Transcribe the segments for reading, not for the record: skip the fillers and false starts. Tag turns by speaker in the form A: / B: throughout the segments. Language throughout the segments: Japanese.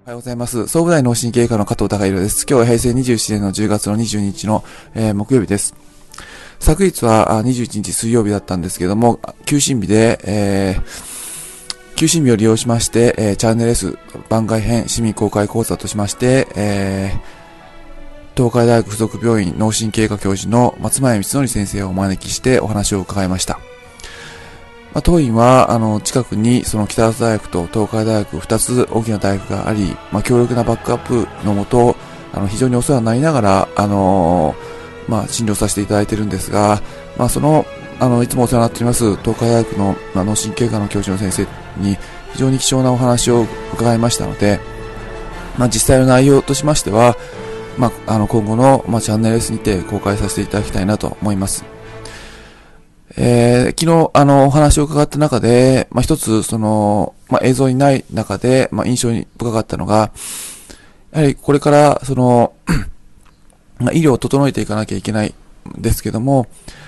A: おはようございます。総武大脳神経科の加藤孝弘です。今日は平成27年の10月の22日の、木曜日です。昨日は21日水曜日だったんですけども、休診日で、休診日を利用しまして、チャンネル S 番外編市民公開講座としまして、東海大学附属病院脳神経科教授の松前光則先生をお招きしてお話を伺いました。当院は、近くにその北里大学と東海大学2つ大きな大学があり、強力なバックアップのもと、非常にお世話になりながら、診療させていただいているんですが、いつもお世話になっております東海大学の脳神経科の教授の先生に非常に貴重なお話を伺いましたので、実際の内容としましては、今後の、チャンネル S にて公開させていただきたいなと思います。昨日、お話を伺った中で、一つ、映像にない中で、印象に深かったのが、やはりこれから、医療を整えていかなきゃいけないんですけども、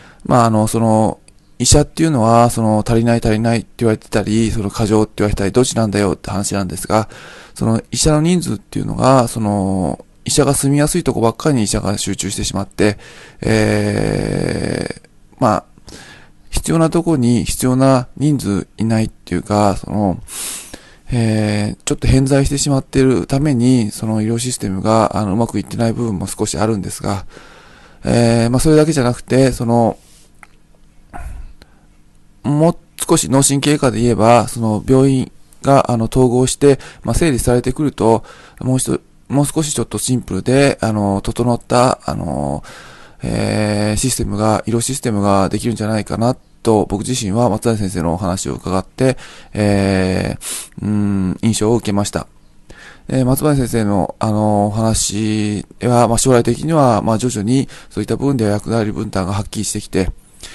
A: 医者っていうのは、足りないって言われてたり、過剰って言われてたり、どっちなんだよって話なんですが、医者の人数っていうのが、医者が住みやすいとこばっかりに医者が集中してしまって、必要なところに必要な人数いないっていうか、ちょっと偏在してしまっているために、その医療システムが、うまくいってない部分も少しあるんですが、それだけじゃなくて、もう少し脳神経科で言えば、病院が、統合して、整理されてくると、もう少しちょっとシンプルで、整った、医療システムができるんじゃないかなと、僕自身は松谷先生のお話を伺って、印象を受けました。松林先生の、お話は、将来的には、徐々にそういった部分では役割分担がはっきりしてきて、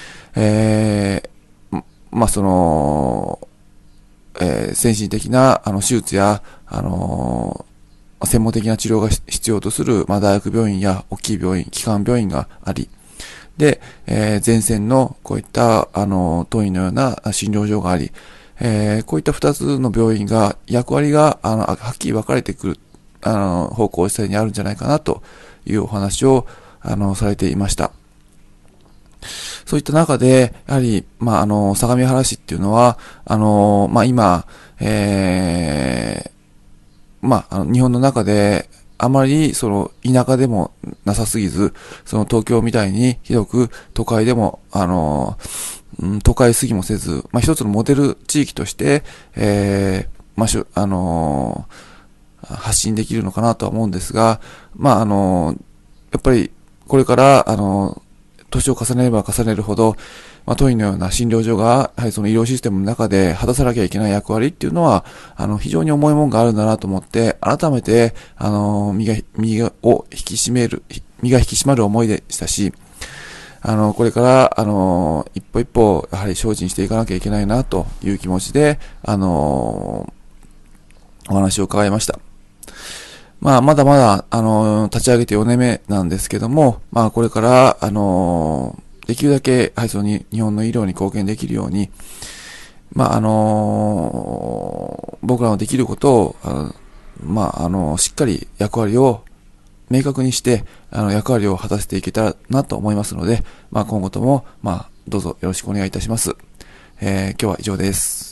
A: 先進的な、手術や、専門的な治療が必要とする、大学病院や大きい病院、基幹病院があり、で、前線のこういった、当院のような診療所があり、こういった二つの病院が、役割が、はっきり分かれてくる、方向性にあるんじゃないかなというお話を、されていました。そういった中で、やはり、相模原市っていうのは、今、日本の中で、あまり、田舎でもなさすぎず、東京みたいにひどく都会でも、都会すぎもせず、一つのモデル地域として、発信できるのかなとは思うんですが、やっぱり、これから、年を重ねれば重ねるほど、当院のような診療所が、やはりその医療システムの中で果たさなきゃいけない役割っていうのは、非常に重いものがあるんだなと思って、改めて、身が引き締まる思いでしたし、これから、一歩一歩、やはり精進していかなきゃいけないなという気持ちで、お話を伺いました。まだまだ、立ち上げて4年目なんですけども、これから、できるだけ、日本の医療に貢献できるように、僕らのできることを、しっかり役割を明確にして、役割を果たしていけたらなと思いますので、今後とも、どうぞよろしくお願いいたします。今日は以上です。